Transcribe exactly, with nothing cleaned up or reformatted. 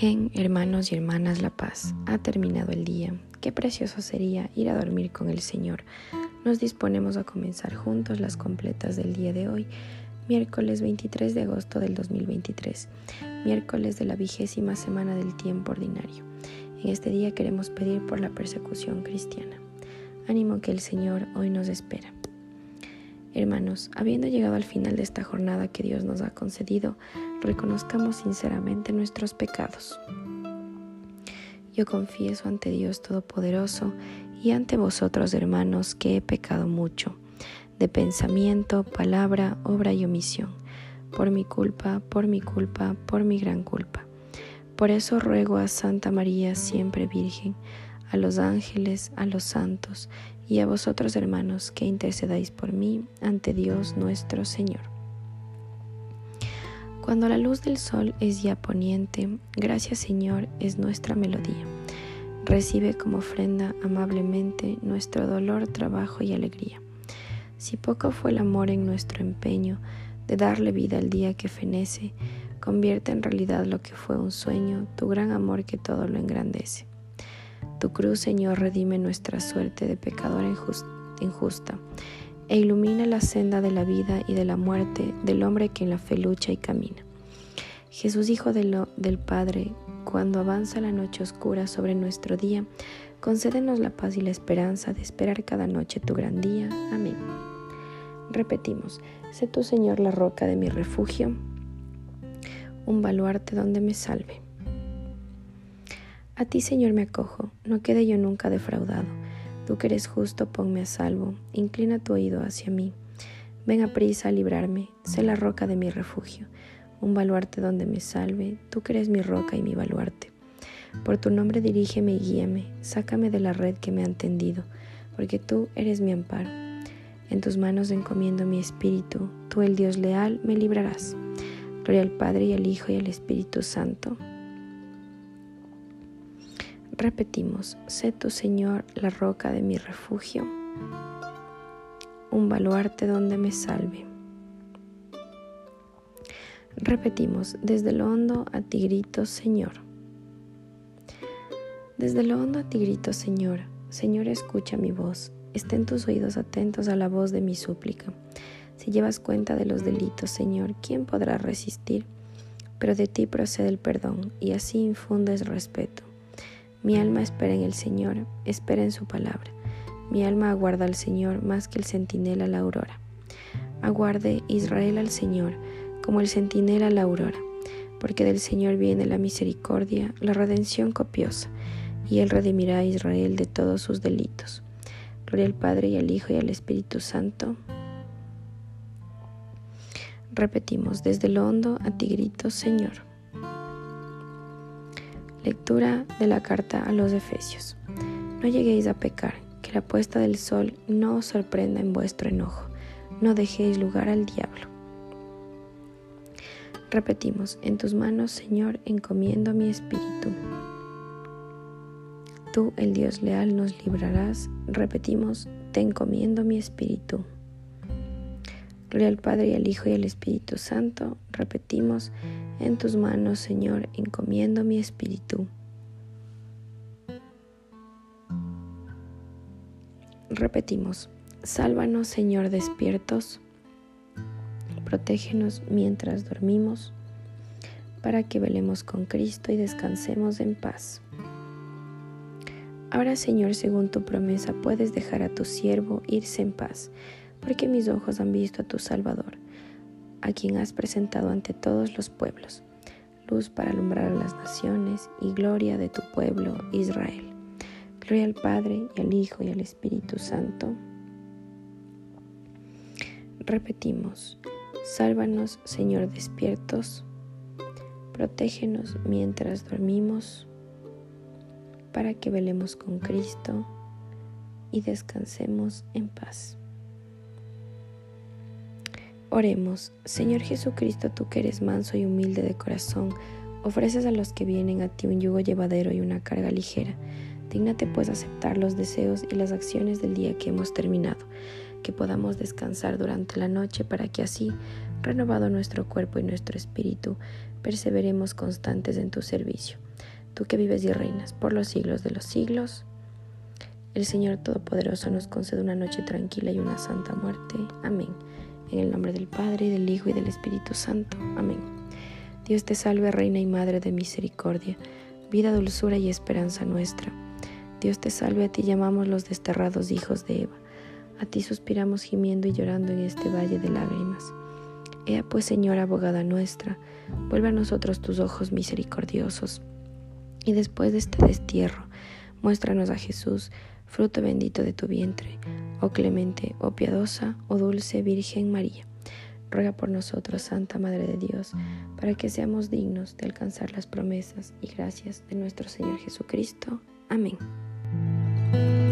Bien, hermanos y hermanas La Paz, ha terminado el día. Qué precioso sería ir a dormir con el Señor. Nos disponemos a comenzar juntos las completas del día de hoy, miércoles veintitrés de agosto del dos mil veintitrés, miércoles de la vigésima semana del tiempo ordinario. En este día queremos pedir por la persecución cristiana. Ánimo que el Señor hoy nos espera. Hermanos, habiendo llegado al final de esta jornada que Dios nos ha concedido, reconozcamos sinceramente nuestros pecados. Yo confieso ante Dios Todopoderoso y ante vosotros, hermanos, que he pecado mucho, de pensamiento, palabra, obra y omisión, por mi culpa, por mi culpa, por mi gran culpa. Por eso ruego a Santa María, siempre Virgen, a los ángeles, a los santos y a vosotros, hermanos, que intercedáis por mí ante Dios nuestro Señor. Cuando la luz del sol es ya poniente, gracias, Señor, es nuestra melodía. Recibe como ofrenda amablemente nuestro dolor, trabajo y alegría. Si poco fue el amor en nuestro empeño de darle vida al día que fenece, convierte en realidad lo que fue un sueño, tu gran amor que todo lo engrandece. Tu cruz, Señor, redime nuestra suerte de pecadora injusta e ilumina la senda de la vida y de la muerte del hombre que en la fe lucha y camina. Jesús, Hijo de lo, del Padre, cuando avanza la noche oscura sobre nuestro día, concédenos la paz y la esperanza de esperar cada noche tu gran día. Amén. Repetimos: sé tú, Señor, la roca de mi refugio, un baluarte donde me salve. A ti, Señor, me acojo, no quede yo nunca defraudado. Tú que eres justo, ponme a salvo, inclina tu oído hacia mí. Ven a prisa a librarme, sé la roca de mi refugio, un baluarte donde me salve, tú que eres mi roca y mi baluarte. Por tu nombre dirígeme y guíame, sácame de la red que me han tendido, porque tú eres mi amparo. En tus manos encomiendo mi espíritu, tú, el Dios leal, me librarás. Gloria al Padre y al Hijo y al Espíritu Santo. Repetimos: sé tú, Señor, la roca de mi refugio, un baluarte donde me salve. Repetimos: desde lo hondo a ti grito, Señor. Desde lo hondo a ti grito, Señor. Señor, escucha mi voz. Estén tus oídos atentos a la voz de mi súplica. Si llevas cuenta de los delitos, Señor, ¿quién podrá resistir? Pero de ti procede el perdón, y así infundes respeto. Mi alma espera en el Señor, espera en su palabra. Mi alma aguarda al Señor más que el centinela a la aurora. Aguarde Israel al Señor, como el centinela a la aurora, porque del Señor viene la misericordia, la redención copiosa, y Él redimirá a Israel de todos sus delitos. Gloria al Padre y al Hijo y al Espíritu Santo. Repetimos: desde lo hondo a ti grito, Señor. Lectura de la carta a los Efesios. No lleguéis a pecar, que la puesta del sol no os sorprenda en vuestro enojo. No dejéis lugar al diablo. Repetimos: en tus manos, Señor, encomiendo mi espíritu. Tú, el Dios leal, nos librarás. Repetimos: te encomiendo mi espíritu. Gloria al Padre y al Hijo y al Espíritu Santo. Repetimos: en tus manos, Señor, encomiendo mi espíritu. Repetimos: sálvanos, Señor, despiertos. Protégenos mientras dormimos, para que velemos con Cristo y descansemos en paz. Ahora, Señor, según tu promesa, puedes dejar a tu siervo irse en paz, porque mis ojos han visto a tu Salvador, a quien has presentado ante todos los pueblos, luz para alumbrar a las naciones y gloria de tu pueblo Israel. Gloria al Padre y al Hijo y al Espíritu Santo. Repetimos: sálvanos, Señor, despiertos. Protégenos mientras dormimos, para que velemos con Cristo y descansemos en paz. Oremos. Señor Jesucristo, tú que eres manso y humilde de corazón, ofreces a los que vienen a ti un yugo llevadero y una carga ligera. Dígnate pues aceptar los deseos y las acciones del día que hemos terminado, que podamos descansar durante la noche, para que así, renovado nuestro cuerpo y nuestro espíritu, perseveremos constantes en tu servicio. Tú que vives y reinas por los siglos de los siglos. El Señor Todopoderoso nos concede una noche tranquila y una santa muerte. Amén. En el nombre del Padre, y del Hijo, y del Espíritu Santo. Amén. Dios te salve, Reina y Madre de misericordia, vida, dulzura y esperanza nuestra. Dios te salve, a ti llamamos los desterrados hijos de Eva. A ti suspiramos gimiendo y llorando en este valle de lágrimas. Ea pues, Señora, abogada nuestra, vuelve a nosotros tus ojos misericordiosos. Y después de este destierro, muéstranos a Jesús, fruto bendito de tu vientre. Oh clemente, oh piadosa, oh dulce Virgen María, ruega por nosotros, Santa Madre de Dios, para que seamos dignos de alcanzar las promesas y gracias de nuestro Señor Jesucristo. Amén.